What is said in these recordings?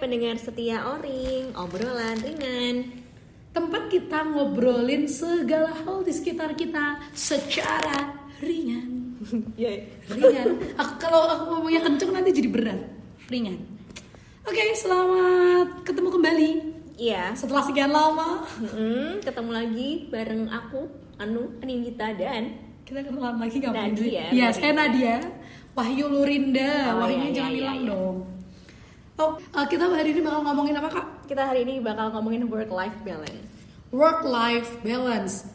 pendengar setia Oring, obrolan ringan. Tempat kita ngobrolin segala hal di sekitar kita secara ringan. Ringan. Kalau aku ngomongnya kenceng nanti jadi berat. Ringan. Oke, selamat ketemu kembali. Iya. Setelah sekian lama, Ketemu lagi bareng aku, Anindita dan kita kenalan lagi ngapain? Nadia. Iya, saya Nadia. Wahyu Lurinda. Wahyunya iya, jangan iya, hilang iya. dong. Kita hari ini bakal ngomongin apa, Kak? kita hari ini bakal ngomongin work-life balance. Work-life balance.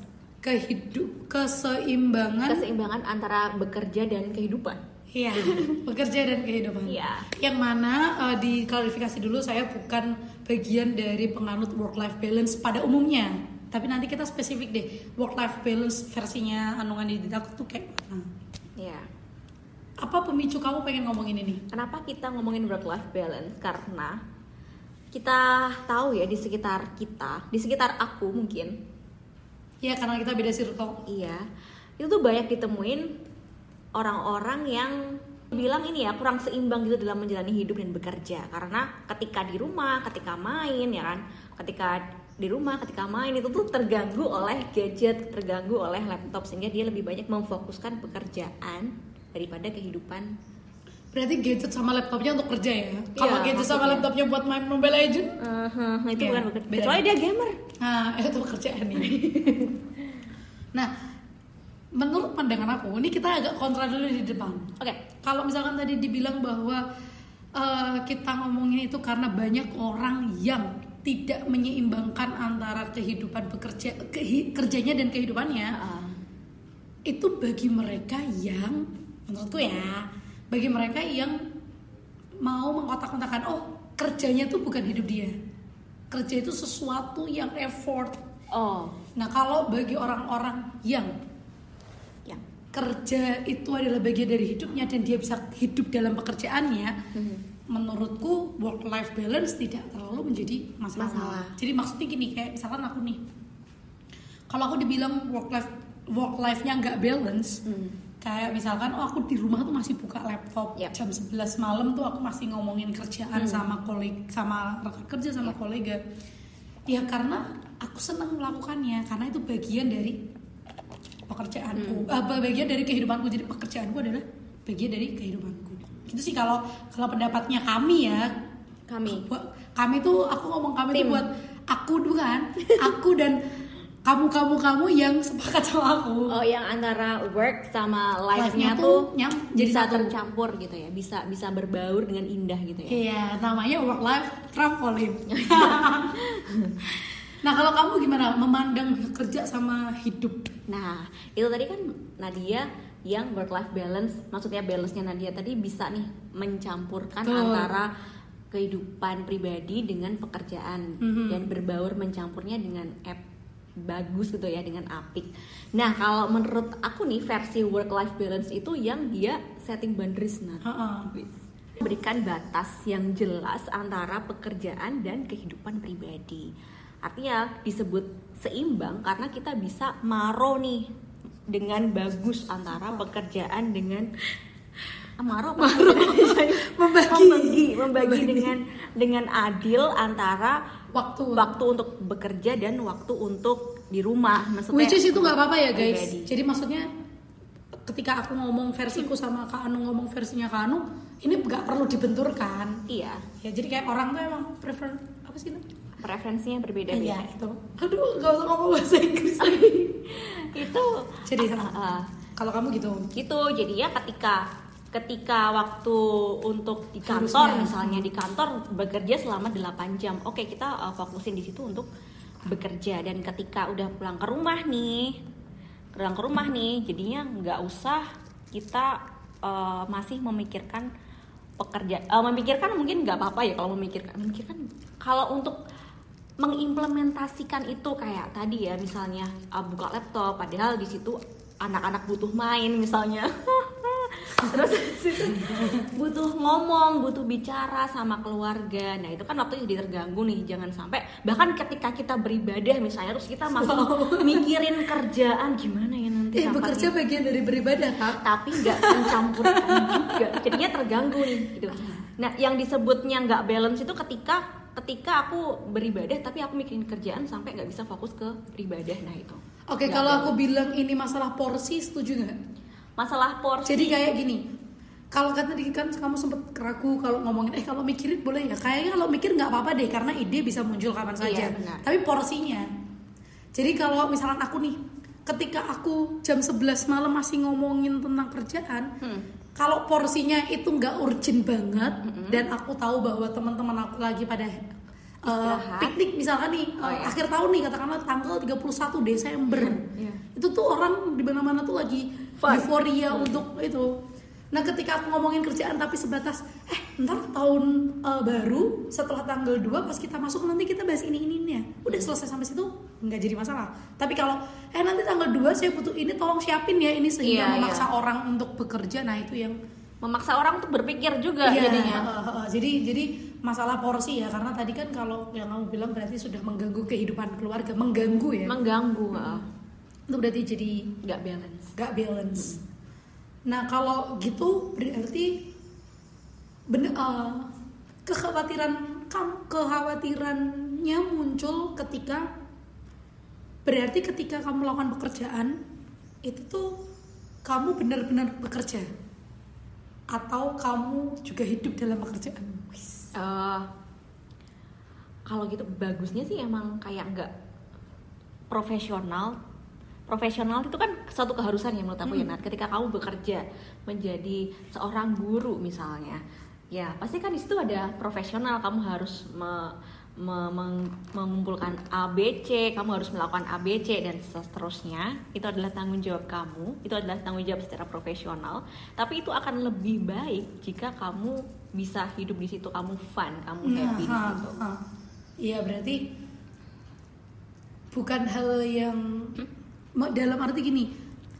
Keseimbangan. Keseimbangan antara bekerja dan kehidupan. Iya, bekerja dan kehidupan. Iya. Yang mana diklarifikasi dulu, saya bukan bagian dari penganut work-life balance pada umumnya. Tapi nanti kita spesifik deh, work-life balance versinya Anungan di aku tuh kayak mana. Iya. Apa pemicu kamu pengen ngomongin ini? Kenapa kita ngomongin work-life balance? Karena kita tahu ya di sekitar kita, di sekitar aku mungkin, Ya karena kita beda circle. iya, itu tuh banyak ditemuin orang-orang yang bilang ini ya kurang seimbang gitu dalam menjalani hidup dan bekerja. Karena ketika di rumah, ketika main ya kan, ketika di rumah, ketika main itu tuh terganggu oleh gadget, terganggu oleh laptop, sehingga dia lebih banyak memfokuskan pekerjaan daripada kehidupan. Berarti gadget sama laptopnya untuk kerja ya? Kalau gadget sama maksudnya. laptopnya buat main Mobile Legends? Itu Iya, bukan bekerja. beda. Kecuali dia gamer. Nah, itu pekerjaan ini. Nah, menurut pandangan aku, ini kita agak kontra dulu di depan. Oke. Kalau misalkan tadi dibilang bahwa kita ngomongin itu karena banyak orang yang tidak menyeimbangkan antara kehidupan kerjanya dan kehidupannya. Itu bagi mereka yang, menurutku ya, bagi mereka yang mau mengkotak-kotakan, oh kerjanya tuh bukan hidup dia. Kerja itu sesuatu yang effort. Oh, Nah kalau bagi orang-orang yang yang kerja itu adalah bagian dari hidupnya dan dia bisa hidup dalam pekerjaannya, menurutku work life balance tidak terlalu menjadi masalah. Jadi maksudnya gini, kayak misalkan aku nih, kalau aku dibilang work life-nya nggak balance, kayak misalkan aku di rumah tuh masih buka laptop, Yep. jam 11 malam tuh aku masih ngomongin kerjaan sama rekan kerja sama kolega. Ya karena aku senang melakukannya, karena itu bagian dari pekerjaanku, bagian dari kehidupanku. Jadi pekerjaanku adalah bagian dari kehidupanku. Gitu sih kalau pendapatnya kami ya. Kami tuh, aku ngomong kami Tim. tuh buat aku kan, aku dan kamu yang sepakat sama aku. Oh, yang antara work sama life-nya Life-nya tuh tuh jadi bisa satu. tercampur gitu ya, bisa berbaur dengan indah gitu ya. Iya, namanya work life trampolin. Nah, kalau kamu gimana memandang kerja sama hidup? Nah, itu tadi kan Nadia yang work life balance, maksudnya balance-nya Nadia tadi bisa nih mencampurkan Betul. antara kehidupan pribadi dengan pekerjaan dan berbaur mencampurnya dengan app bagus gitu ya, dengan apik. Nah, kalau menurut aku nih versi work life balance itu yang dia setting boundaries, berikan batas yang jelas antara pekerjaan dan kehidupan pribadi. Artinya disebut seimbang karena kita bisa maro nih dengan bagus antara pekerjaan dengan membagi dengan adil antara waktu untuk bekerja dan waktu untuk di rumah. Maksudnya Which is itu nggak apa-apa ya guys. pribadi. Jadi maksudnya ketika aku ngomong versiku sama Kak Anu ngomong versinya Kak Anu, ini nggak perlu dibenturkan. Iya, Ya jadi kayak orang tuh emang prefer apa sih itu? preferensinya berbeda-beda. Iya itu. Aduh, nggak usah ngomong bahasa Inggris. Itu Jadi kalau kamu gitu. gitu. Jadi ya ketika waktu untuk di kantor, Harusnya. misalnya di kantor bekerja selama 8 jam. Oke, kita fokusin di situ untuk bekerja, dan ketika udah pulang ke rumah nih, jadinya nggak usah kita masih memikirkan memikirkan mungkin nggak apa-apa ya kalau memikirkan kalau untuk mengimplementasikan itu kayak tadi ya, misalnya buka laptop padahal di situ anak-anak butuh main misalnya. Terus butuh ngomong, butuh bicara sama keluarga. Nah itu kan waktunya jadi terganggu nih. Jangan sampai bahkan ketika kita beribadah misalnya, terus kita masih mikirin kerjaan gimana ya nanti bekerja bagian dari beribadah, Kak. tapi nggak mencampurkan juga, jadinya terganggu nih gitu. Nah, yang disebutnya nggak balance itu ketika aku beribadah tapi aku mikirin kerjaan sampai nggak bisa fokus ke beribadah. Nah itu. Oke, kalau aku bilang ini masalah porsi, setuju nggak? Masalah porsi. Jadi kayak gini, kalau kan tadi kan kamu sempet ragu kalau ngomongin kalau mikirin boleh ya? Kayaknya kalau mikir nggak apa-apa deh karena ide bisa muncul kapan saja. Benar. Tapi porsinya. Jadi kalau misalkan aku nih, ketika aku jam 11 malam masih ngomongin tentang kerjaan, kalau porsinya itu nggak urgent banget dan aku tahu bahwa teman-teman aku lagi pada piknik misalkan nih akhir tahun nih katakanlah tanggal 31 Desember. Itu tuh orang di mana-mana tuh lagi euforia untuk itu. Nah, ketika aku ngomongin kerjaan tapi sebatas ntar tahun baru setelah tanggal 2 pas kita masuk nanti kita bahas ini ya. Udah selesai sampai situ nggak jadi masalah. Tapi kalau nanti tanggal 2 saya butuh ini tolong siapin ya ini sehingga memaksa orang untuk bekerja. Nah, itu yang memaksa orang untuk berpikir juga jadinya. Jadi masalah porsi ya karena tadi kan kalau yang kamu bilang berarti sudah mengganggu kehidupan keluarga, mengganggu ya. Mengganggu. Itu berarti jadi nggak balance. Nggak balance. Nah, kalau gitu berarti kekhawatirannya muncul ketika kamu melakukan pekerjaan itu tuh kamu benar-benar bekerja atau kamu juga hidup dalam pekerjaan. Kalau gitu bagusnya sih emang kayak nggak profesional itu kan suatu keharusan ya menurut aku ya Nat. Ketika kamu bekerja menjadi seorang guru misalnya, ya pasti kan di situ ada profesional. Kamu harus mengumpulkan ABC, kamu harus melakukan ABC dan seterusnya. Itu adalah tanggung jawab kamu, itu adalah tanggung jawab secara profesional. Tapi itu akan lebih baik jika kamu bisa hidup di situ, kamu fun, kamu happy di situ. Iya, berarti bukan hal yang dalam arti gini,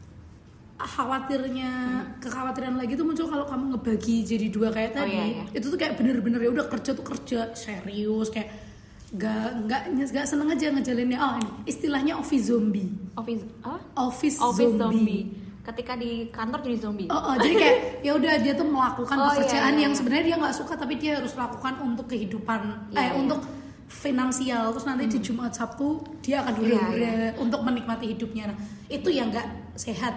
kekhawatiran lagi tuh muncul kalau kamu ngebagi jadi dua kayak tadi. Itu tuh kayak bener-bener ya udah kerja tuh kerja serius, kayak nggak seneng aja ngejalaninnya. Ini istilahnya office zombie. Office zombie. Ketika di kantor jadi zombie. Jadi kayak ya udah dia tuh melakukan pekerjaan yang sebenarnya dia nggak suka tapi dia harus lakukan untuk kehidupan untuk finansial. Terus nanti di Jumat Sabtu dia akan hura-hura untuk menikmati hidupnya. Nah, itu yang nggak sehat.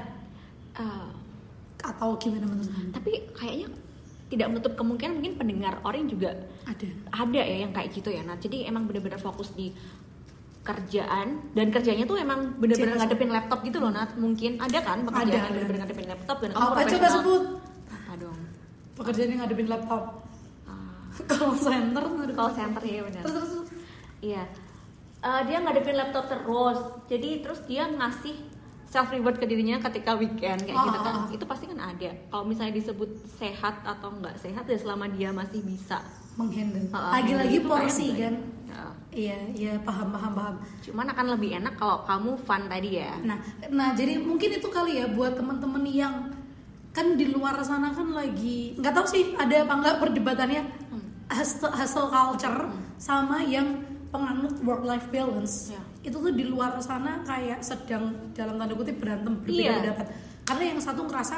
Atau gimana menurut kamu? Tapi kayaknya tidak menutup kemungkinan mungkin pendengar orang juga ada ya yang kayak gitu ya. Nah, jadi emang benar-benar fokus di kerjaan dan kerjanya tuh emang benar-benar ngadepin laptop gitu loh Nat. Mungkin ada kan pekerjaan yang benar-benar ngadepin laptop dan apa coba sebut? Apa dong? Pekerjaan yang ngadepin laptop. Call center ya benar. Terus. Iya. Dia ngadepin laptop terus. Jadi terus dia ngasih self reward ke dirinya ketika weekend kayak gitu kan. Itu pasti kan ada. Kalau misalnya disebut sehat atau enggak sehat ya selama dia masih bisa menghandle. Lagi-lagi porsi kan. Iya, paham. Cuman akan lebih enak kalau kamu fun tadi ya. Nah, jadi mungkin itu kali ya buat teman-teman yang kan di luar sana kan lagi nggak tahu sih ada apa enggak perdebatannya hustle culture sama yang penganut work life balance. Itu tuh di luar sana kayak sedang dalam tanda kutip berantem berbeda pendapat. Karena yang satu ngerasa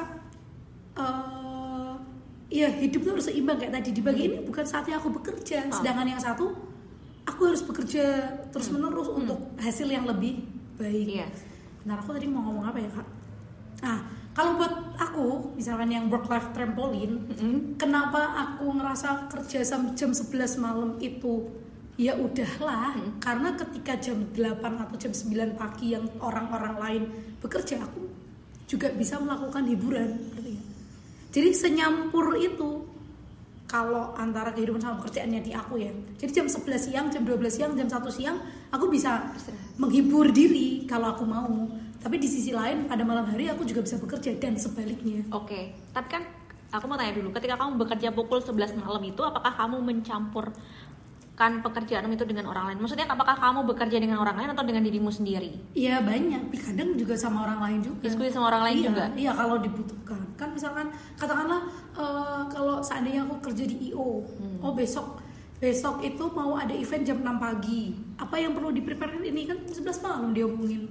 hidup tuh harus seimbang kayak tadi dibagi ini bukan saatnya aku bekerja, sedangkan yang satu aku harus bekerja terus menerus untuk hasil yang lebih baik. Nah, aku tadi mau ngomong apa ya Kak? Kalau buat aku, misalkan yang work life trampoline, kenapa aku ngerasa kerja sampai jam 11 malam itu ya udahlah, karena ketika jam 8 atau jam 9 pagi yang orang-orang lain bekerja, aku juga bisa melakukan hiburan. Jadi senyampur itu kalau antara kehidupan sama pekerjaannya di aku ya. Jadi jam 11 siang, jam 12 siang, jam 1 siang aku bisa menghibur diri kalau aku mau. Tapi di sisi lain pada malam hari aku juga bisa bekerja dan sebaliknya. Oke, tapi kan aku mau tanya dulu, ketika kamu bekerja pukul 11 malam itu apakah kamu mencampurkan pekerjaan itu dengan orang lain? Maksudnya apakah kamu bekerja dengan orang lain atau dengan dirimu sendiri? Iya banyak, tapi kadang juga sama orang lain juga. Diskusi sama orang lain juga? Iya kalau dibutuhkan. Kan misalkan katakanlah kalau seandainya aku kerja di I.O. Besok itu mau ada event jam 6 pagi. Apa yang perlu di-prepare ini kan 11 malam dia omongin.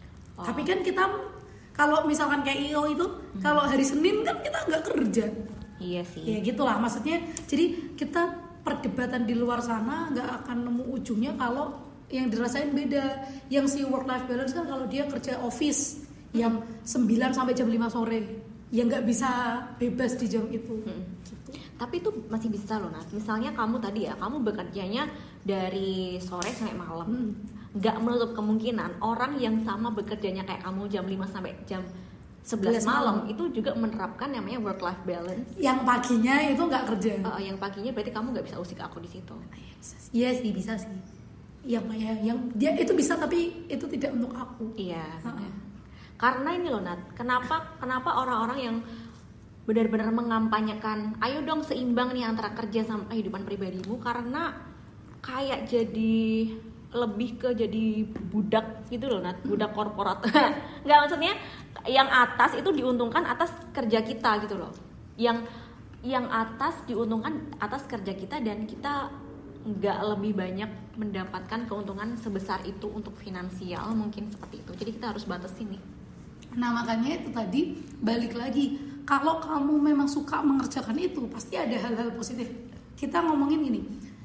Tapi kan kita kalau misalkan kayak I.O. itu kalau hari Senin kan kita nggak kerja. Iya sih. Ya gitulah maksudnya. Jadi kita perdebatan di luar sana nggak akan nemu ujungnya kalau yang dirasain beda. Yang si work life balance kan kalau dia kerja office yang 9 sampai jam 5 sore, ya nggak bisa bebas di jam itu. Gitu. Tapi itu masih bisa loh, Nat. Misalnya kamu tadi ya, kamu bekerjanya dari sore sampai malam. Nggak menutup kemungkinan orang yang sama bekerjanya kayak kamu jam 5 sampai jam 11 malam itu juga menerapkan namanya work life balance. Yang paginya itu nggak kerja. Yang paginya berarti kamu nggak bisa usik aku di situ. Iya sih, bisa sih. Yang dia itu bisa tapi itu tidak untuk aku. Iya. Karena ini loh Nat, kenapa orang-orang yang benar-benar mengampanyekan, ayo dong seimbang nih antara kerja sama kehidupan pribadimu, karena kayak jadi lebih ke jadi budak gitu loh Nat, budak korporat. Nggak, maksudnya yang atas itu diuntungkan atas kerja kita gitu loh. Yang atas diuntungkan atas kerja kita dan kita nggak lebih banyak mendapatkan keuntungan sebesar itu untuk finansial, mungkin seperti itu. Jadi kita harus batasin nih. Nah makanya itu tadi balik lagi, kalau kamu memang suka mengerjakan itu pasti ada hal-hal positif. Kita ngomongin gini,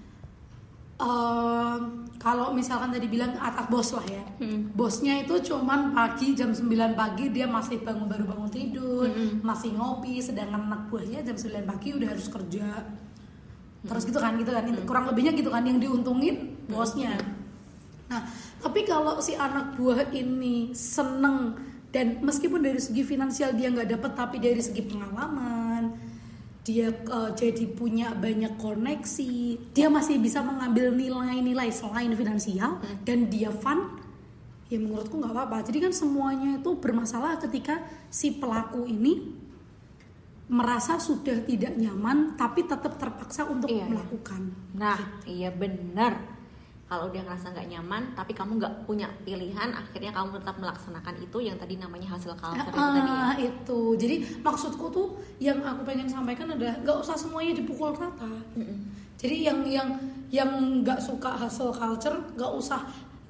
kalau misalkan tadi bilang atas bos lah ya, bosnya itu cuman pagi jam 9 pagi dia masih baru bangun tidur, masih ngopi, sedangkan anak buahnya jam 9 pagi udah harus kerja. Terus gitu kan, kurang lebihnya gitu kan yang diuntungin bosnya. Nah tapi kalau si anak buah ini seneng dan meskipun dari segi finansial dia nggak dapet, tapi dari segi pengalaman dia jadi punya banyak koneksi, dia masih bisa mengambil nilai-nilai selain finansial dan dia fun, ya menurutku nggak apa-apa. Jadi kan semuanya itu bermasalah ketika si pelaku ini merasa sudah tidak nyaman tapi tetap terpaksa untuk melakukan. Nah iya benar, kalau udah ngerasa nggak nyaman tapi kamu nggak punya pilihan, akhirnya kamu tetap melaksanakan itu yang tadi namanya hasil culture itu tadi ya. Itu jadi maksudku tuh yang aku pengen sampaikan adalah nggak usah semuanya dipukul rata. Jadi yang nggak suka hasil culture nggak usah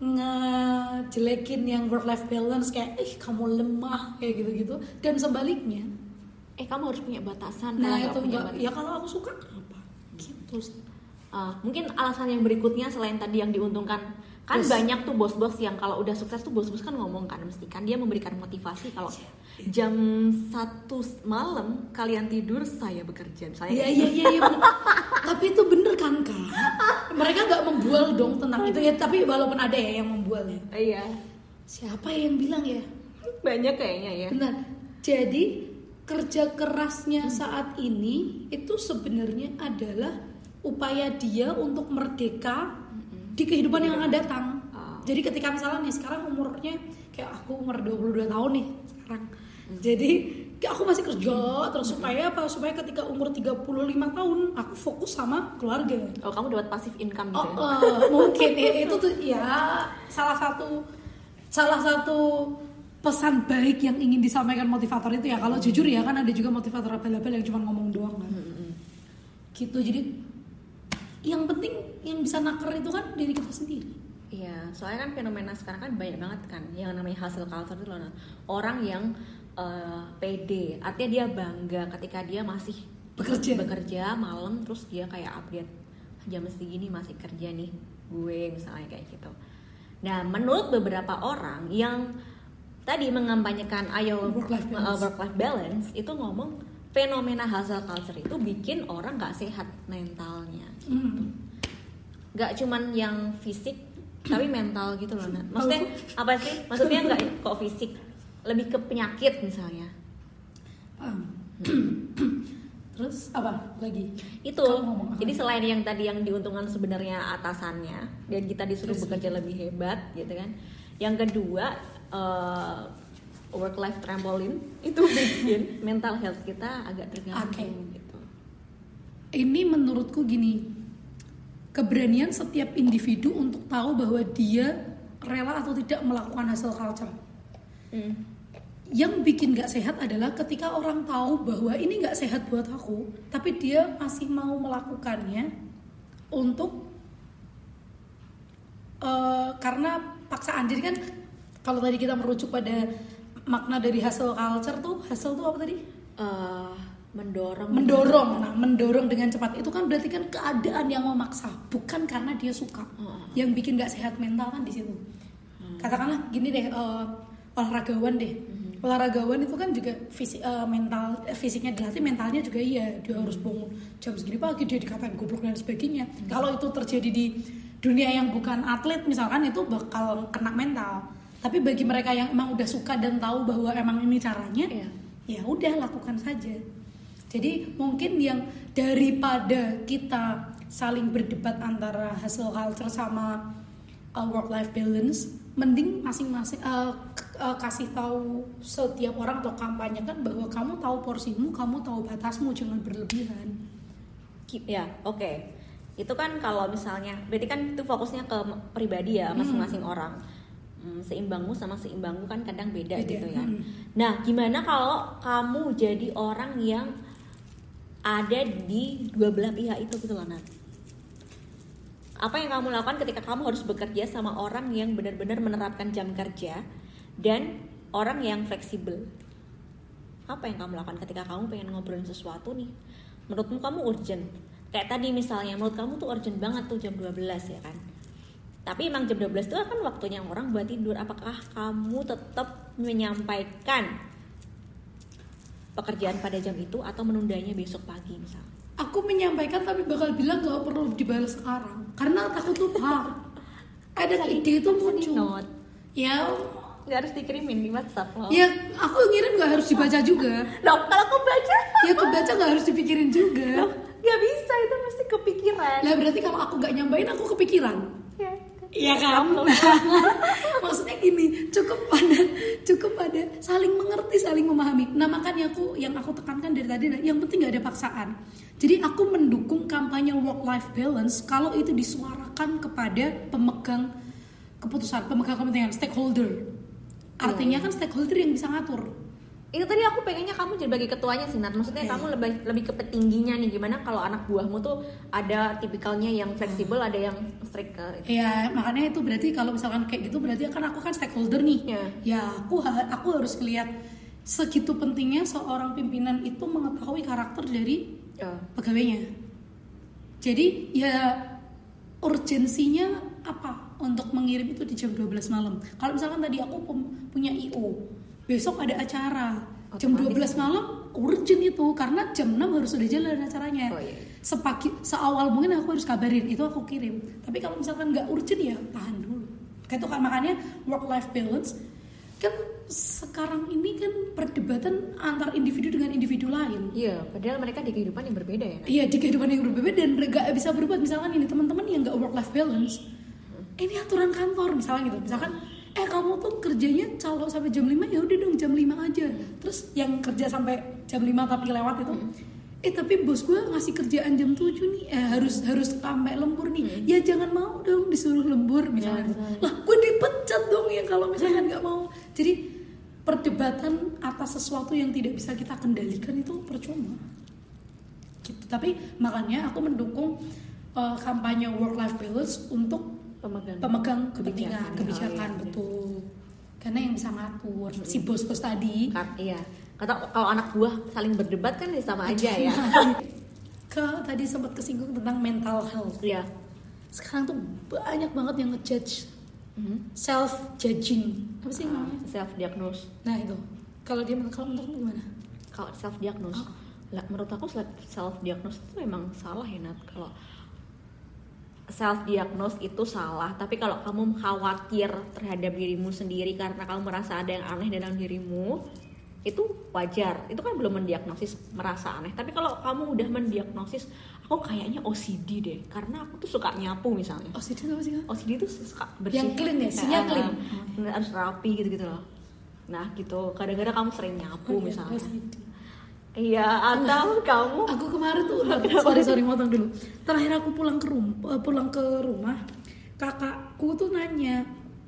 ngejelekin yang work life balance kayak kamu lemah kayak gitu-gitu, dan sebaliknya kamu harus punya batasan. Nah itu enggak, ya kalau aku suka kenapa gitu sih. Mungkin alasan yang berikutnya selain tadi yang diuntungkan kan banyak tuh bos-bos yang kalau udah sukses tuh bos-bos kan ngomong kan, mesti kan dia memberikan motivasi kalau jam 1 malam kalian tidur saya bekerja misalnya. Iya. Tapi itu bener kan Kak? Mereka nggak membual dong tentang itu ya, tapi walaupun ada ya yang membual ya. Iya. Siapa yang bilang ya? Banyak kayaknya ya. Benar. Jadi kerja kerasnya saat ini itu sebenarnya adalah upaya dia untuk merdeka di kehidupan yang akan datang. Jadi ketika misalnya nih sekarang umurnya kayak aku umur 22 tahun nih sekarang. Jadi aku masih kerja terus supaya apa? Supaya ketika umur 35 tahun aku fokus sama keluarga. Oh, kamu dapat passive income gitu ya? Mungkin ya, itu tuh ya salah satu pesan baik yang ingin disampaikan motivator itu ya. Kalau jujur ya kan ada juga motivator abal-abal yang cuma ngomong doang kan. Gitu. Jadi yang penting yang bisa naker itu kan diri kita sendiri. Iya, soalnya kan fenomena sekarang kan banyak banget kan yang namanya hustle culture itu loh. Orang yang pede, artinya dia bangga ketika dia masih bekerja malam, terus dia kayak update jam segini masih kerja nih gue misalnya kayak gitu. Nah menurut beberapa orang yang tadi mengampanyekan ayo work life balance itu ngomong fenomena hustle culture itu bikin orang nggak sehat mentalnya gitu. Nggak cuman yang fisik tapi mental gitu loh. Maksudnya apa sih? Maksudnya nggak kok fisik, lebih ke penyakit misalnya. Terus apa lagi? Itu. Jadi selain yang tadi yang diuntungkan sebenarnya atasannya dan kita disuruh bekerja lebih hebat gitu kan. Yang kedua work life trampoline itu bikin mental health kita agak terganggu gitu. Ini menurutku gini, keberanian setiap individu untuk tahu bahwa dia rela atau tidak melakukan hustle culture. Yang bikin gak sehat adalah ketika orang tahu bahwa ini gak sehat buat aku, tapi dia masih mau melakukannya untuk karena paksaan. Jadi kan kalau tadi kita merujuk pada makna dari hustle culture tuh, hustle tuh apa tadi? mendorong dengan cepat itu kan berarti kan keadaan yang memaksa, bukan karena dia suka. Yang bikin nggak sehat mental kan di situ. Katakanlah gini deh, olahragawan deh. Olahragawan itu kan juga fisiknya dilatih, mentalnya juga iya, dia harus bangun jam segini pagi, dia dikatain goblok dan sebagainya. Kalau itu terjadi di dunia yang bukan atlet misalkan, itu bakal kena mental. Tapi bagi mereka yang emang udah suka dan tahu bahwa emang ini caranya, ya udah lakukan saja. Jadi mungkin yang daripada kita saling berdebat antara hustle culture sama work life balance, mending masing-masing kasih tahu setiap orang atau kampanyekan bahwa kamu tahu porsimu, kamu tahu batasmu, jangan berlebihan. Ya, oke. Itu kan kalau misalnya, berarti kan itu fokusnya ke pribadi ya, masing-masing orang. Seimbangmu sama seimbangmu kan kadang beda gitu ya. Nah, gimana kalau kamu jadi orang yang ada di dua belah pihak itu gitu loh, Nat? Apa yang kamu lakukan ketika kamu harus bekerja sama orang yang benar-benar menerapkan jam kerja dan orang yang fleksibel? Apa yang kamu lakukan ketika kamu pengen ngobrolin sesuatu nih? Menurutmu kamu urgent. Kayak tadi misalnya, menurut kamu tuh urgent banget tuh jam 12 ya kan? Tapi emang jam 12 itu kan waktunya orang buat tidur. Apakah kamu tetap menyampaikan pekerjaan pada jam itu atau menundanya besok pagi misalnya? Aku menyampaikan tapi bakal bilang gak perlu dibalas sekarang karena takut lupa. Ada ide itu muncul. Ya, nggak harus dikirimin di WhatsApp loh. Ya, aku ngirim nggak harus dibaca juga. Loh, kalau aku baca? Ya, kebaca nggak harus dipikirin juga. Loh, nggak bisa, itu mesti kepikiran. Lah berarti kalau aku nggak nyampein, aku kepikiran. Iya kan? Maksudnya gini, cukup pada saling mengerti, saling memahami. Nah makanya yang aku tekankan dari tadi, yang penting nggak ada paksaan. Jadi aku mendukung kampanye work-life balance kalau itu disuarakan kepada pemegang keputusan, pemegang kepentingan, stakeholder. Artinya kan stakeholder yang bisa ngatur. Itu tadi aku pengennya kamu jadi bagi ketuanya sih, Nat. Maksudnya kamu lebih ke petingginya nih. Gimana kalau anak buahmu tuh ada tipikalnya yang fleksibel, ada yang strict. Ya makanya itu berarti kalau misalkan kayak gitu berarti kan aku kan stakeholder nih. Ya aku harus lihat segitu pentingnya seorang pimpinan itu mengetahui karakter dari pegawainya. Jadi ya urgensinya apa untuk mengirim itu di jam 12 malam. Kalau misalkan tadi aku punya IO, besok ada acara jam 12 malam, urgent itu karena jam 6 harus sudah jalan acaranya. Seawal mungkin aku harus kabarin, itu aku kirim. Tapi kalau misalkan nggak urgent ya tahan dulu. Kayak itu kan makanya work life balance kan sekarang ini kan perdebatan antar individu dengan individu lain. Iya, padahal mereka di kehidupan yang berbeda ya. Iya, di kehidupan yang berbeda dan nggak bisa berbuat. Misalkan ini teman-teman yang nggak work life balance, ini aturan kantor misalnya gitu. Misalkan kamu tuh kerjanya kalau sampai jam 5, ya udah dong jam 5 aja. Terus yang kerja sampai jam 5 tapi lewat itu, tapi bos gue ngasih kerjaan jam 7 nih, harus sampai lembur nih. Ya jangan mau dong disuruh lembur misalnya. Lah gue dipecat dong ya kalau misalnya nggak mau. Jadi perdebatan atas sesuatu yang tidak bisa kita kendalikan itu percuma. Gitu. Tapi makanya aku mendukung kampanye work life balance untuk pemegang kebijakan betul. Karena yang bisa ngatur si bos-bos tadi. Iya. Kalau anak buah saling berdebat kan sama aja ya. Tadi sempat kesinggung tentang mental health. Iya. Sekarang tuh banyak banget yang ngejudge, self judging. Apa sih namanya? Self diagnose. Nah itu. Kalau menurutmu gimana? Kalau self diagnose, menurut aku self diagnose itu memang salah ya, Nat. Kalau self diagnose itu salah, tapi kalau kamu khawatir terhadap dirimu sendiri karena kamu merasa ada yang aneh dalam dirimu, itu wajar. Itu kan belum mendiagnosis merasa aneh. Tapi kalau kamu udah mendiagnosis, aku kayaknya OCD deh, karena aku tuh suka nyapu misalnya. OCD itu apa sih? OCD itu suka bersih. Yang clean ya, sinya clean. Harus rapi gitu loh. Nah gitu, kadang-kadang kamu sering nyapu misalnya. OCD. Iya, atau kamu? Aku kemarin tuh, sorry motong dulu. Terakhir aku pulang ke rumah, kakakku tuh nanya,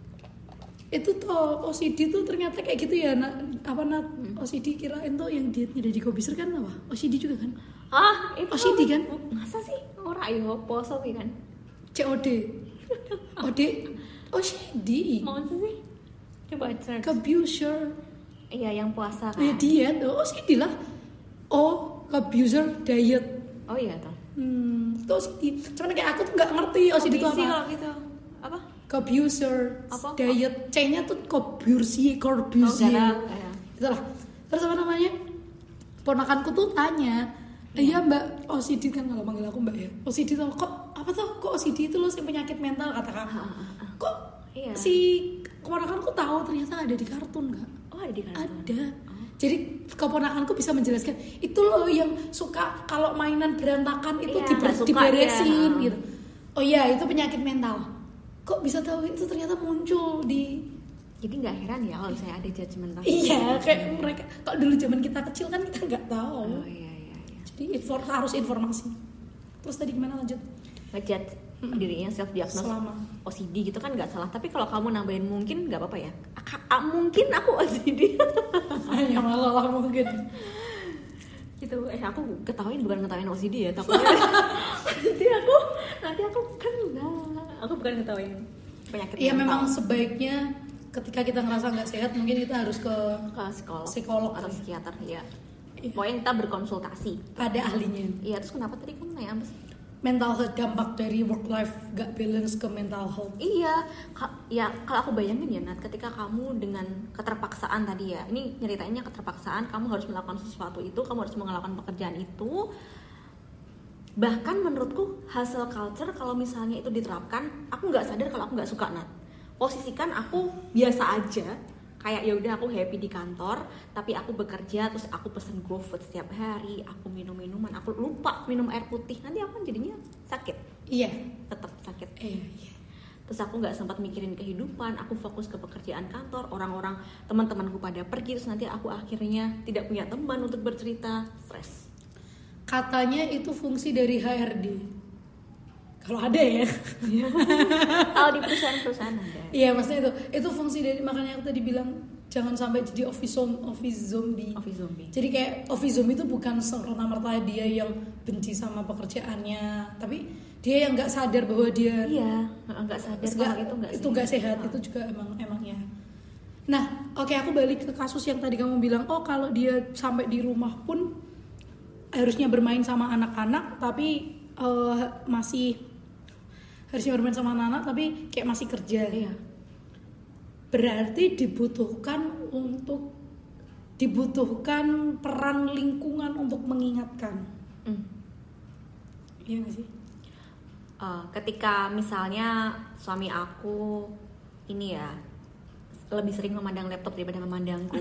itu tuh OCD tuh ternyata kayak gitu ya, OCD kirain tuh yang dietnya dari Kobiser kan apa? OCD juga kan? Itu OCD kan? Masa sih? Ora yo poso kan? COD. OCD. Masa sih? Coba cek. Kebuser. Iya, yang puasa kan? Ya diet, OCD lah. abuser diet. Oh iya tuh. Itu OCD. Cuman kayak aku tuh nggak ngerti OCD itu apa. Kalau gitu apa? Abuser Apa? diet. C-nya tuh Corbusier. Ya. Itulah. Terus apa namanya? Ponakanku tuh tanya, iya mbak OCD kan kalau manggil aku mbak ya. OCD tuh kok apa tuh? Kok OCD itu lo sih penyakit mental kata kakak. Kok si keponakanku tahu ternyata ada di kartun nggak? Oh ada di kartun. Ada. Jadi keponakanku bisa menjelaskan itu loh yang suka kalau mainan berantakan itu diberesin gitu. Oh iya itu penyakit mental. Kok bisa tahu itu ternyata muncul di. Jadi nggak heran ya kalau saya ada judgmental. Iya kayak mereka. Kalau dulu zaman kita kecil kan kita nggak tahu. Oh iya. Jadi harus informasi. Terus tadi gimana lanjut? Ngejudge dirinya self diagnose Selama OCD gitu kan nggak salah. Tapi kalau kamu nambahin mungkin nggak apa-apa ya. Mungkin aku OCD. Ya malah mungkin. Gitu. Aku ketawain bukan ngetawain OCD ya. Takutnya nanti aku kena. Aku bukan ngetawain penyakit. Iya memang sebaiknya ketika kita ngerasa nggak sehat mungkin kita harus ke psikolog atau psikiater ya. Pokoknya kita berkonsultasi pada ahlinya. Iya, terus kenapa tadi kamu nanya apa sih? Mental health, dampak dari work life gak balance ke mental health. Iya, ya kalau aku bayangin ya Nat, ketika kamu dengan keterpaksaan tadi ya, ini nyeritainnya keterpaksaan, kamu harus melakukan sesuatu itu, kamu harus melakukan pekerjaan itu. Bahkan menurutku hustle culture kalau misalnya itu diterapkan, aku nggak sadar kalau aku nggak suka Nat. Posisikan aku biasa aja, kayak ya udah aku happy di kantor, tapi aku bekerja terus aku pesen GoFood setiap hari, aku minum minuman, aku lupa minum air putih, nanti aku jadinya sakit. Iya, tetap sakit. Iya. Terus aku nggak sempat mikirin kehidupan, aku fokus ke pekerjaan kantor, orang-orang teman-temanku pada pergi, terus nanti aku akhirnya tidak punya teman untuk bercerita, stres. Katanya itu fungsi dari HRD. Kalau ada ya. Kalau di perusahaan-perusahaan ada. Iya, maksudnya itu fungsi dari, makanya aku tadi bilang jangan sampai jadi office zombie. Jadi kayak office zombie itu bukan serta-merta dia yang benci sama pekerjaannya, tapi dia yang nggak sadar bahwa dia nggak sadar itu nggak sehat. Itu juga emang ya. Nah, oke, aku balik ke kasus yang tadi kamu bilang, kalau dia sampai di rumah pun harusnya bermain sama anak-anak, tapi harusnya bermain sama anak-anak tapi kayak masih kerja. Iya. Berarti dibutuhkan peran lingkungan untuk mengingatkan. Iya nggak sih? Ketika misalnya suami aku ini ya lebih sering memandang laptop daripada memandangku.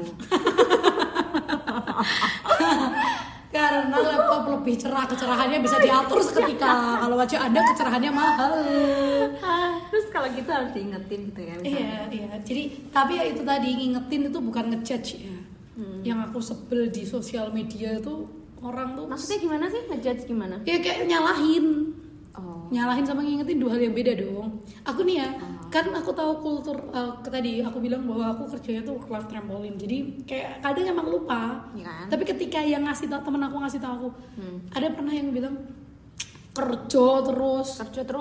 Karena laptop lebih cerah, kecerahannya bisa diatur seketika. Kalau wajah Anda kecerahannya mahal. Terus kalau gitu harus diingetin gitu ya misalnya. Iya. Jadi tapi ya itu tadi, ngingetin itu bukan ngejudge ya. Yang aku sebel di sosial media itu orang tuh. Maksudnya gimana sih ngejudge gimana? Ya kayak nyalahin. Nyalahin sama ngingetin dua hal yang beda dong. Aku nih ya, kan aku tahu kultur tadi aku bilang bahwa aku kerjanya tuh work life trampoline. Jadi kayak kadang emang lupa. Ya kan? Tapi ketika yang temen aku ngasih tahu aku, ada pernah yang bilang kerja terus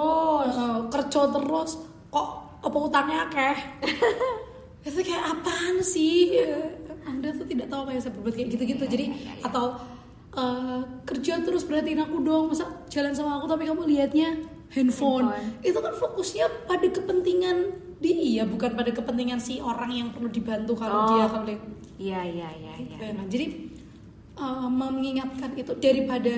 kok apa utangnya akeh. Itu kayak apaan sih? Anda tuh tidak tahu kayak saya berbuat kayak gitu-gitu. Jadi atau kerja terus perhatiin aku dong, masa jalan sama aku tapi kamu lihatnya handphone. Itu kan fokusnya pada kepentingan dia, bukan pada kepentingan si orang yang perlu dibantu kalau dia. Iya. Nah, jadi mengingatkan itu daripada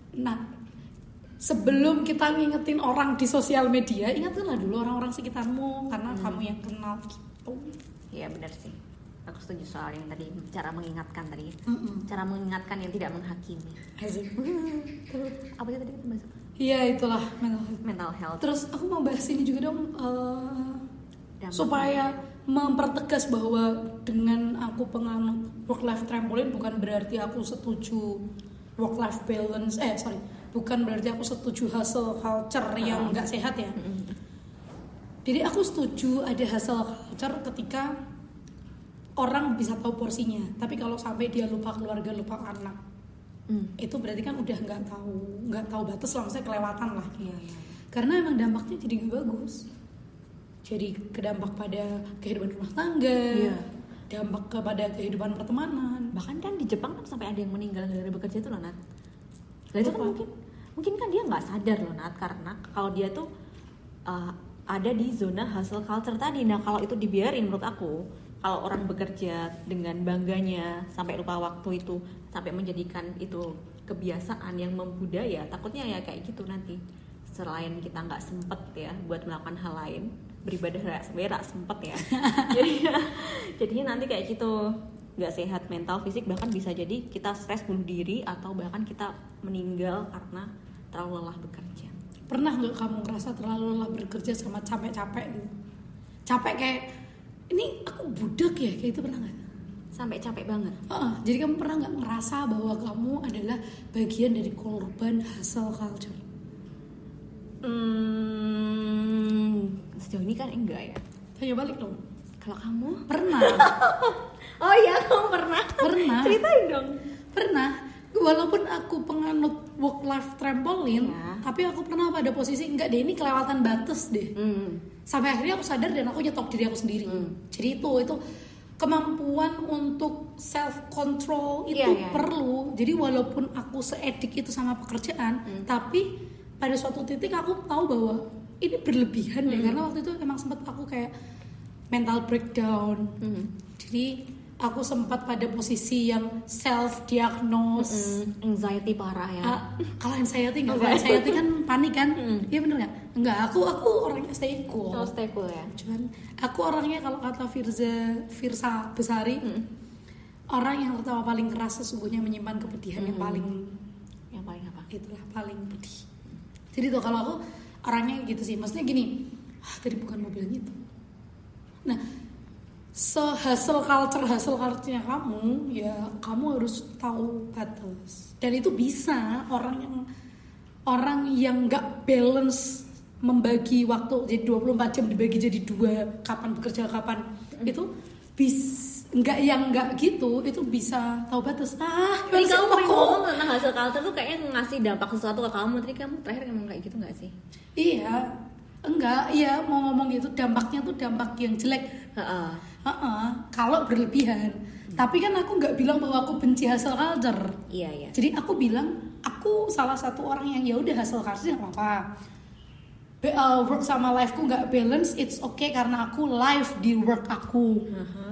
sebelum kita ngingetin orang di sosial media, ingatkanlah dulu orang-orang sekitarmu karena kamu yang kenal gitu. Iya benar sih. Aku setuju soal yang tadi cara mengingatkan tadi. Cara mengingatkan yang tidak menghakimi. Apa sih tadi kita bahas? Iya, itulah mental health. Terus aku mau bahas ini juga dong, supaya mempertegas bahwa dengan aku penganut work life trampoline bukan berarti aku setuju work life balance. Bukan berarti aku setuju hustle culture yang nggak sehat ya. Jadi aku setuju ada hustle culture ketika orang bisa tahu porsinya, tapi kalau sampai dia lupa keluarga, lupa anak, itu berarti kan udah nggak tahu batas lah, maksudnya kelewatan lah. Iya. Karena emang dampaknya jadi nggak bagus. Jadi kedampak pada kehidupan rumah tangga, dampak kepada kehidupan pertemanan. Bahkan kan di Jepang kan sampai ada yang meninggal gara-gara bekerja itu loh Nat. Nah itu kan mungkin kan dia nggak sadar loh Nat, karena kalau dia tuh ada di zona hustle culture tadi. Nah kalau itu dibiarin, menurut aku kalau orang bekerja dengan bangganya sampai lupa waktu itu, sampai menjadikan itu kebiasaan yang membudaya, takutnya ya kayak gitu nanti. Selain kita nggak sempet ya buat melakukan hal lain, beribadah sebenarnya nggak sempet ya. Jadinya nanti kayak gitu, nggak sehat mental, fisik, bahkan bisa jadi kita stres, bunuh diri, atau bahkan kita meninggal karena terlalu lelah bekerja. Pernah nggak kamu ngerasa terlalu lelah bekerja sama capek-capek gitu? Capek kayak ini aku budak ya, kayak itu pernah nggak? Sampai capek banget. Jadi kamu pernah nggak ngerasa bahwa kamu adalah bagian dari korban hustle culture? Sejauh ini kan enggak ya. Tanya balik dong. Kalau kamu? Pernah. Oh iya, kamu pernah? Pernah. Ceritain dong. Pernah. Walaupun aku penganut work life trampolin, ya, tapi aku pernah pada posisi enggak deh, ini kelewatan batas deh. Sampai akhirnya aku sadar dan aku nyetok diri aku sendiri. Jadi itu kemampuan untuk self control itu perlu. Jadi walaupun aku seedik itu sama pekerjaan, tapi pada suatu titik aku tahu bahwa ini berlebihan deh, karena waktu itu emang sempat aku kayak mental breakdown. Jadi aku sempat pada posisi yang self diagnose, anxiety parah ya. Kalau anxiety enggak, kalau anxiety kan panik kan? Iya bener nggak? Enggak, aku orangnya stay cool. Oh, stay cool ya. Cuman aku orangnya, kalau kata Firsa Besari, orang yang tertawa paling keras sesungguhnya menyimpan kepedihan yang paling apa? Itulah paling pedih. Jadi tuh kalau aku orangnya gitu sih, maksudnya gini, tadi bukan mau bilang itu. Nah, hustle culture-nya kamu, ya kamu harus tahu batas. Dan itu bisa orang yang nggak balance membagi waktu, jadi 24 jam dibagi jadi 2, kapan bekerja kapan, itu nggak gitu, itu bisa tahu batas. Tadi kamu ngomong tentang hustle culture tuh kayaknya ngasih dampak sesuatu ke kamu. Tadi kamu terakhir ngomong kayak gitu nggak sih? Iya, enggak, iya mau ngomong gitu, dampaknya tuh dampak yang jelek. Kalau berlebihan. Tapi kan aku nggak bilang bahwa aku benci hustle culture. Iya. Jadi aku bilang aku salah satu orang yang ya udah hustle culture nggak apa-apa. Work sama life-ku nggak balance, it's okay karena aku live di work aku.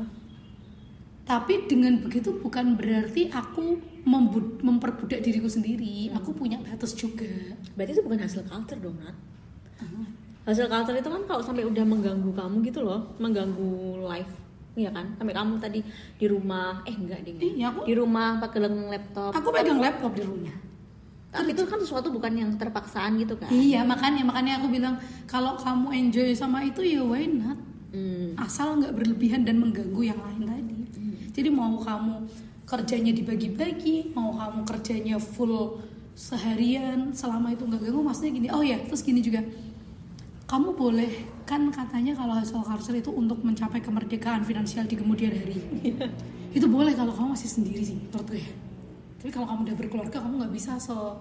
Tapi dengan begitu bukan berarti aku memperbudak diriku sendiri. Aku punya batas juga. Berarti itu bukan hustle culture dong, Nat. Hustle culture itu kan kalau sampai udah mengganggu kamu gitu loh, mengganggu life, iya kan? Sampai kamu tadi di rumah, enggak deh. Iya, di rumah pegang laptop. Aku pegang laptop di rumah. Tapi itu kan sesuatu bukan yang terpaksaan gitu kan? Iya, makanya aku bilang kalau kamu enjoy sama itu ya why not? Asal nggak berlebihan dan mengganggu yang lain tadi. Jadi mau kamu kerjanya dibagi-bagi, mau kamu kerjanya full seharian, selama itu nggak ganggu, maksudnya gini. Oh ya, terus gini juga. Kamu boleh, kan katanya kalau hustle culture itu untuk mencapai kemerdekaan finansial di kemudian hari. Itu boleh kalau kamu masih sendiri sih, menurut gue. Tapi kalau kamu udah berkeluarga, kamu nggak bisa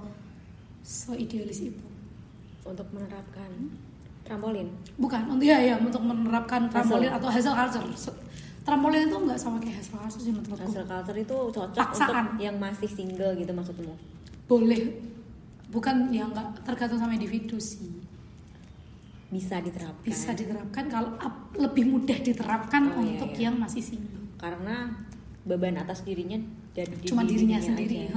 se-idealis itu. Untuk menerapkan trampolin? Bukan, untuk menerapkan trampolin atau hustle culture. Trampolin itu nggak sama kayak hustle culture sih menurutku. Hustle culture itu cocok paksaan untuk yang masih single gitu maksudmu? Boleh, bukan yang nggak tergantung sama individu sih. Bisa diterapkan kalau lebih mudah diterapkan untuk yang masih single, karena beban atas dirinya jadi cuma dirinya sendiri.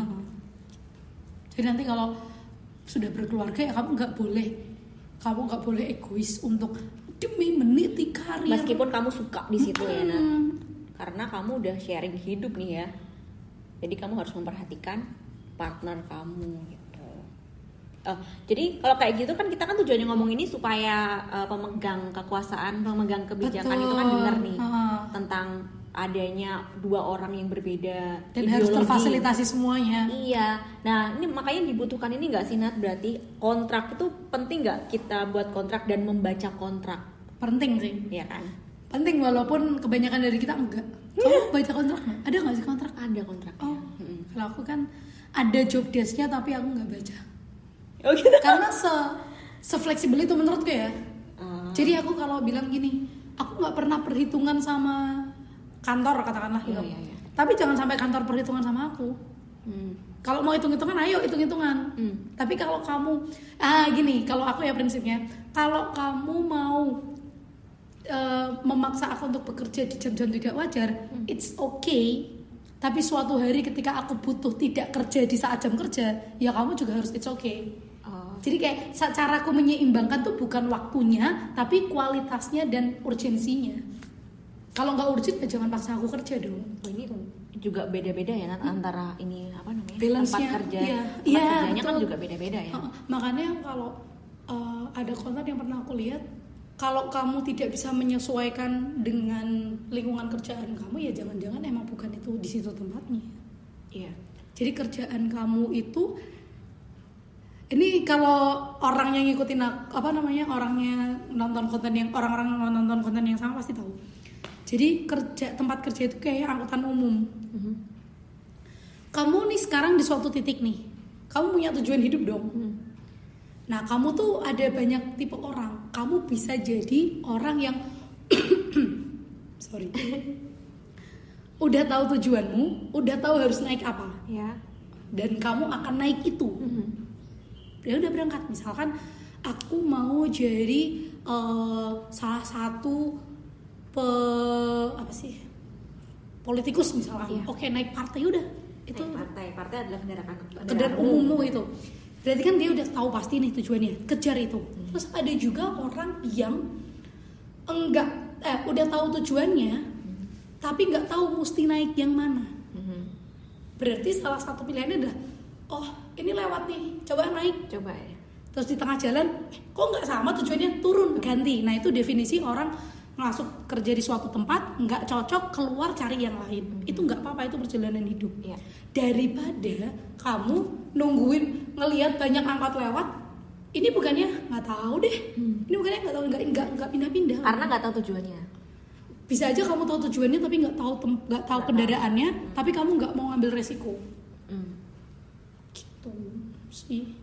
Jadi nanti kalau sudah berkeluarga ya kamu nggak boleh egois untuk demi meniti karir, meskipun kamu suka di situ ya Nat, karena kamu udah sharing hidup nih ya, jadi kamu harus memperhatikan partner kamu gitu. Jadi kalau kayak gitu kan kita kan tujuannya ngomong ini supaya pemegang kekuasaan, pemegang kebijakan itu kan dengar nih tentang adanya 2 orang yang berbeda dan ideologi. Harus terfasilitasi semuanya. Iya. Nah ini makanya dibutuhkan ini nggak sih Nat? Berarti kontrak itu penting nggak kita buat kontrak dan membaca kontrak? Penting sih. Iya kan? Penting walaupun kebanyakan dari kita enggak. Kamu baca kontrak nggak? Ada nggak sih kontrak? Ada kontrak. Oh. Kalau aku kan ada job desk-nya tapi aku nggak baca. Oh gitu. Karena se-fleksibel itu menurutku ya. Jadi aku kalau bilang gini, aku nggak pernah perhitungan sama kantor katakanlah gitu. Iya. Tapi jangan sampai kantor perhitungan sama aku. Kalau mau hitung-hitungan, ayo hitung-hitungan. Tapi kalau kamu, gini, kalau aku ya prinsipnya, kalau kamu mau memaksa aku untuk bekerja di jam-jam tidak wajar, it's okay. Tapi suatu hari ketika aku butuh tidak kerja di saat jam kerja, ya kamu juga harus it's okay. Jadi kayak caraku menyeimbangkan tuh bukan waktunya, tapi kualitasnya dan urgensinya. Kalau nggak urgent ya jangan paksa aku kerja dong. Ini juga beda-beda ya antara ini apa namanya balance-nya, tempat kerja, iya, kerjanya kan betul. juga beda-beda ya. Makanya kalau ada konten yang pernah aku lihat, kalau kamu tidak bisa menyesuaikan dengan lingkungan kerjaan kamu, ya jangan-jangan emang bukan itu di situ tempatnya. Iya. Jadi kerjaan kamu itu, ini kalau orang yang ngikutin orangnya nonton konten yang orang-orang nonton konten yang sama pasti tahu. Jadi tempat kerja itu kayak angkutan umum. Kamu nih sekarang di suatu titik nih, kamu punya tujuan hidup dong. Nah, kamu tuh ada banyak tipe orang. Kamu bisa jadi orang yang udah tahu tujuanmu, udah tahu harus naik apa, Ya. dan kamu akan naik itu. Ya udah berangkat. Misalkan aku mau jadi salah satu politikus misalkan. Oke, naik partai udah. Itu partai adalah kendaraan umummu itu. Berarti kan dia udah tahu pasti nih tujuannya, kejar itu. Terus ada juga orang yang udah tahu tujuannya, tapi nggak tahu mesti naik yang mana. Berarti salah satu pilihannya adalah, oh ini lewat nih, coba naik. Coba ya. Terus di tengah jalan, kok nggak sama tujuannya, turun, ganti. Nah itu definisi orang masuk kerja di suatu tempat, nggak cocok, keluar cari yang lain. Itu nggak apa-apa, itu perjalanan hidup. Daripada kamu nungguin ngelihat banyak angkot lewat, ini bukannya nggak tahu deh, ini bukannya nggak tahu, nggak pindah-pindah. Karena nggak tahu tujuannya. Bisa aja kamu tahu tujuannya tapi nggak tahu kendaraannya, tapi kamu nggak mau ngambil resiko. Gitu sih.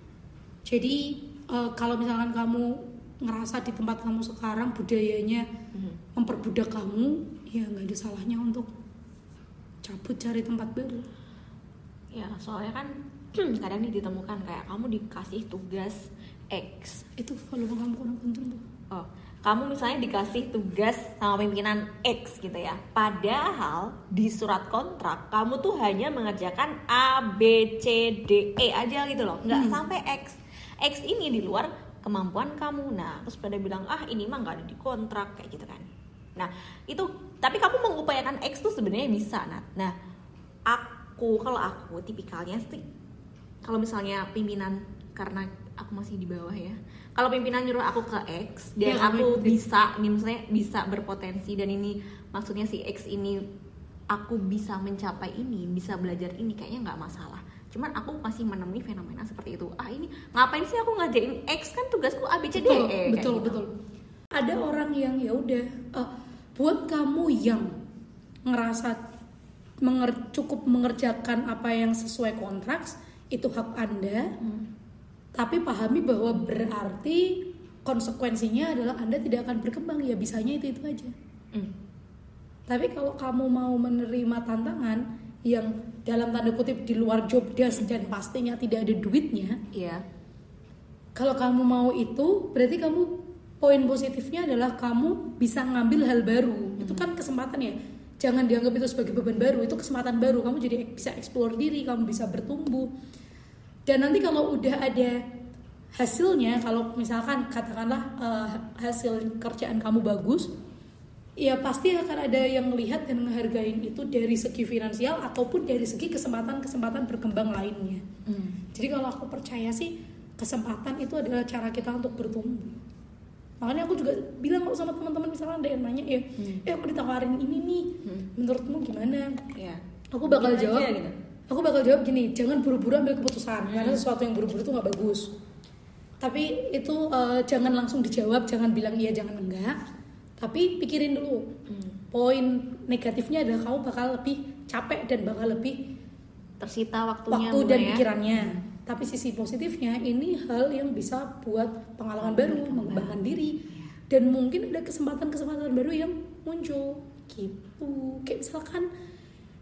Jadi kalau misalkan kamu ngerasa di tempat kamu sekarang budayanya memperbudak kamu, ya nggak ada salahnya untuk cabut cari tempat baru. Ya, soalnya kan kadang nih ditemukan kayak kamu dikasih tugas X. Itu volume kamu kurang kenceng tuh. Oh, kamu misalnya dikasih tugas sama pimpinan X gitu ya. Padahal di surat kontrak kamu tuh hanya mengerjakan A, B, C, D, E aja gitu loh. Nggak sampai X. X ini di luar kemampuan kamu. Nah, terus pada bilang, ini mah nggak ada di kontrak kayak gitu kan. Nah, itu tapi kamu mengupayakan X tuh sebenarnya bisa, Nat. Nah, kalau aku tipikalnya sih, kalau misalnya pimpinan, karena aku masih di bawah ya, kalau pimpinan nyuruh aku ke X dan aku bisa, ini misalnya bisa berpotensi, dan ini maksudnya si X ini aku bisa mencapai ini, bisa belajar ini, kayaknya nggak masalah. Cuman aku masih menemui fenomena seperti itu. Ini ngapain sih aku ngajain X, kan tugasku A, B, C, D, E. Betul. Ada orang yang ya udah, buat kamu yang ngerasa cukup mengerjakan apa yang sesuai kontrak, itu hak Anda. Tapi pahami bahwa berarti konsekuensinya adalah Anda tidak akan berkembang, ya bisanya itu aja. Tapi kalau kamu mau menerima tantangan yang dalam tanda kutip di luar job desk dan pastinya tidak ada duitnya, kalau kamu mau itu, berarti kamu, poin positifnya adalah kamu bisa ngambil hal baru. Itu kan kesempatan ya. Jangan dianggap itu sebagai beban baru, itu kesempatan baru. Kamu jadi bisa explore diri, kamu bisa bertumbuh. Dan nanti kalau udah ada hasilnya, kalau misalkan katakanlah hasil kerjaan kamu bagus, ya pasti akan ada yang melihat dan menghargain itu dari segi finansial ataupun dari segi kesempatan-kesempatan berkembang lainnya. Jadi kalau aku percaya sih, kesempatan itu adalah cara kita untuk bertumbuh. Makanya aku juga bilang kalau sama teman-teman, misalnya ada yang nanya aku ditawarin ini nih, menurutmu gimana? Aku bakal jawab, gini, jangan buru-buru ambil keputusan, karena sesuatu yang buru-buru itu nggak bagus. Tapi itu jangan langsung dijawab, jangan bilang iya, jangan enggak. Tapi pikirin dulu. Poin negatifnya adalah kamu bakal lebih capek dan bakal lebih tersita waktunya, waktu dan pikirannya. Tapi sisi positifnya, ini hal yang bisa buat pengalaman baru, mengembangkan diri, dan mungkin ada kesempatan-kesempatan baru yang muncul gitu. Kayak misalkan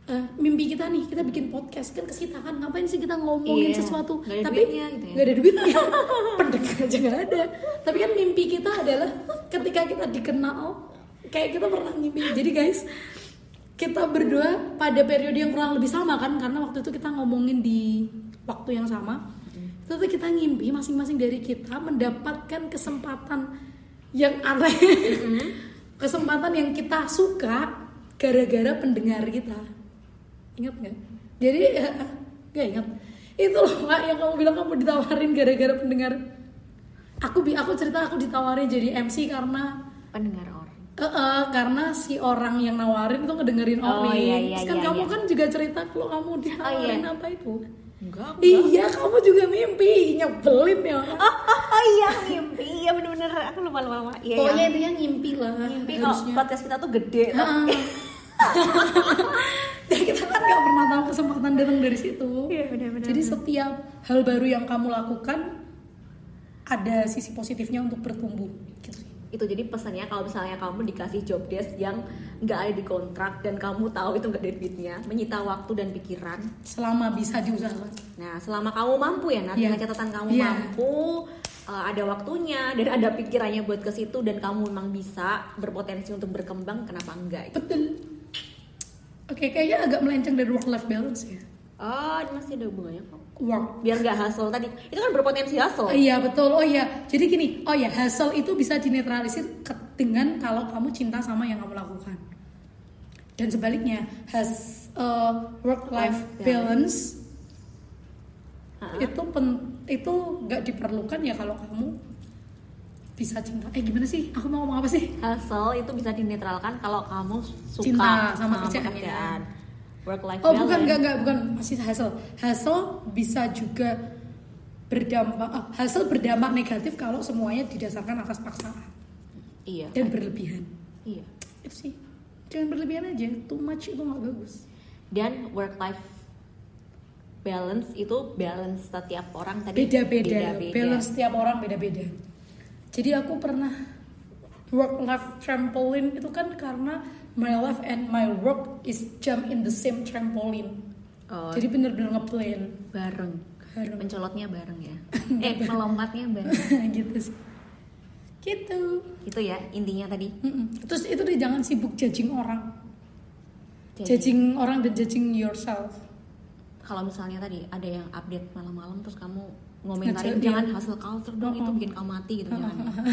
mimpi kita nih, kita bikin podcast kan kesitakan, ngapain sih kita ngomongin sesuatu gak ada tapi duitnya, gitu ya. gak ada duitnya pendengar aja gak ada, tapi kan mimpi kita adalah ketika kita dikenal, kayak kita pernah mimpi. Jadi guys, kita berdua pada periode yang kurang lebih sama kan, karena waktu itu kita ngomongin di waktu yang sama. Itu tuh kita ngimpi masing-masing dari kita mendapatkan kesempatan yang aneh, kesempatan yang kita suka gara-gara pendengar kita. Ingat nggak? Jadi nggak ingat. Itu loh Kak, yang kamu bilang kamu ditawarin gara-gara pendengar. Aku cerita aku ditawarin jadi MC karena pendengar orang. Karena si orang yang nawarin itu ngedengerin Ori. Iya, Terus kan kamu kan juga cerita kalau kamu ditawarin apa itu? Enggak. Iya, kamu juga mimpi, nyebelin ya. Oh iya, mimpi. Iya bener-bener, aku lupa. Iya, pokoknya intinya ngimpi lah. Mimpi kalau podcast kita tuh gede. Ya kita kan gak pernah tahu kesempatan datang dari situ. Iya, benar-benar. Jadi setiap hal baru yang kamu lakukan ada sisi positifnya untuk bertumbuh gitu. Itu jadi pesannya kalau misalnya kamu dikasih job desk yang nggak ada di kontrak dan kamu tahu itu nggak ada duitnya, menyita waktu dan pikiran, selama bisa diusahakan. Nah selama kamu mampu ya, nanti catatan kamu mampu, ada waktunya dan ada pikirannya buat ke situ dan kamu memang bisa berpotensi untuk berkembang, kenapa enggak? Betul. Oke, kayaknya agak melenceng dari work life balance ya. Oh, masih ada hubungannya kok. Work. Biar nggak hustle tadi. Itu kan berpotensi hustle. Iya betul. Oh iya. Jadi gini. Oh ya, hustle itu bisa dinetralisir dengan kalau kamu cinta sama yang kamu lakukan. Dan sebaliknya, work life balance itu nggak diperlukan ya kalau kamu bisa cinta. Gimana sih? Aku mau ngomong apa sih? Hustle itu bisa dinetralkan kalau kamu suka cinta sama pekerjaan. Work life balance. Bukan masih hustle. Hustle bisa juga berdampak negatif kalau semuanya didasarkan atas paksaan. Iya. Dan berlebihan. Iya. Itu sih. Jangan berlebihan aja. Too much itu nggak bagus. Dan work life balance itu balance setiap orang tadi beda-beda. Balance setiap orang beda-beda. Jadi aku pernah work life trampoline itu kan karena my life and my work is jump in the same trampoline. Oh. Jadi bener-bener ngeplan bareng. Mencolotnya bareng ya. Melompatnya bareng. Gitu sih. Gitu ya intinya tadi. Terus itu deh, jangan sibuk judging orang. Judging orang dan judging yourself. Kalau misalnya tadi ada yang update malam-malam terus kamu ngomentarin jangan hustle culture dong, itu bikin kamu mati gitu. Jangan.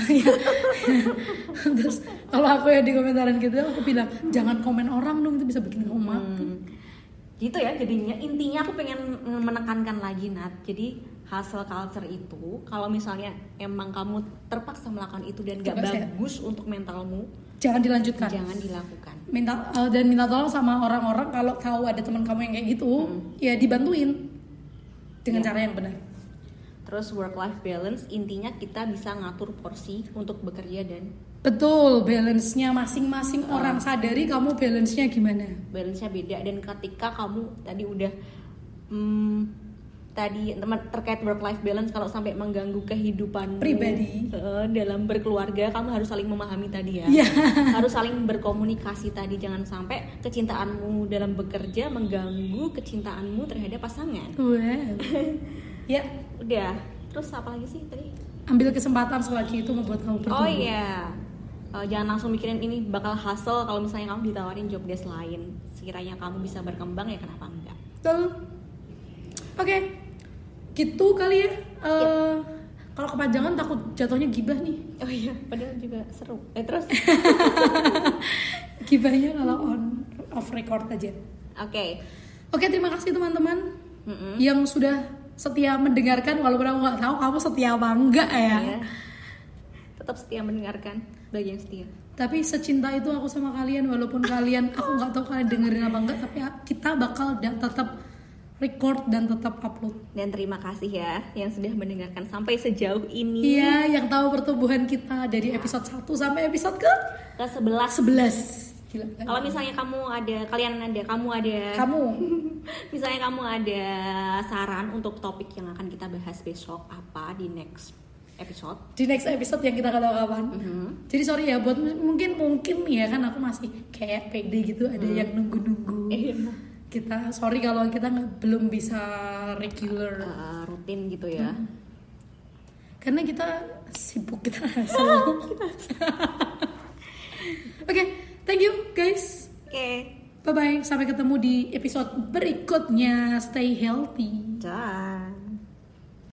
Terus kalau aku yang dikomentarin gitu aku bilang jangan komen orang dong, itu bisa bikin kamu mati. Gitu ya jadinya. Intinya aku pengen menekankan lagi Nat, jadi hustle culture itu kalau misalnya emang kamu terpaksa melakukan itu dan gak bagus untuk mentalmu, jangan dilanjutkan, jangan dilakukan. Dan minta tolong sama orang-orang kalau tahu ada teman kamu yang kayak gitu, ya dibantuin dengan cara yang benar. Terus work life balance intinya kita bisa ngatur porsi untuk bekerja dan betul, balance-nya masing-masing orang. Sadari kamu balance-nya gimana. Balance-nya beda, dan ketika kamu tadi udah terkait work life balance, kalau sampai mengganggu kehidupan pribadi dalam berkeluarga, kamu harus saling memahami tadi ya. Harus saling berkomunikasi tadi, jangan sampai kecintaanmu dalam bekerja mengganggu kecintaanmu terhadap pasangan. Ya, udah. Terus apa lagi sih tadi? Ambil kesempatan selagi itu membuat kamu bertumbuh. Oh iya. Jangan langsung mikirin ini bakal hustle kalau misalnya kamu ditawarin job desk lain. Sekiranya kamu bisa berkembang ya kenapa enggak? Betul. Oke. Gitu kali ya. Kalau kepanjangan takut jatuhnya gibah nih. Oh iya, padahal juga seru. Terus gibahnya kalau off record aja. Oke, terima kasih teman-teman yang sudah setia mendengarkan, walaupun aku nggak tahu kamu setia apa enggak ya. Iya. Tetap setia mendengarkan, bagi yang setia. Tapi secinta itu aku sama kalian, walaupun kalian aku nggak tahu kalian dengerin apa enggak, tapi kita bakal tetap record dan tetap upload. Dan terima kasih ya yang sudah mendengarkan sampai sejauh ini. Iya, yang tahu pertumbuhan kita dari episode 1 sampai episode ke 11. Gila, kan? Kalau misalnya kamu misalnya kamu ada saran untuk topik yang akan kita bahas besok apa di next episode yang kita kata kapan. Jadi sorry ya buat mungkin ya kan aku masih kayak pede gitu, ada yang nunggu Kita sorry kalau kita belum bisa regular, rutin gitu ya. Karena kita sibuk, kita selalu. Oke, thank you guys. Oke. Bye bye, sampai ketemu di episode berikutnya. Stay healthy. Dah.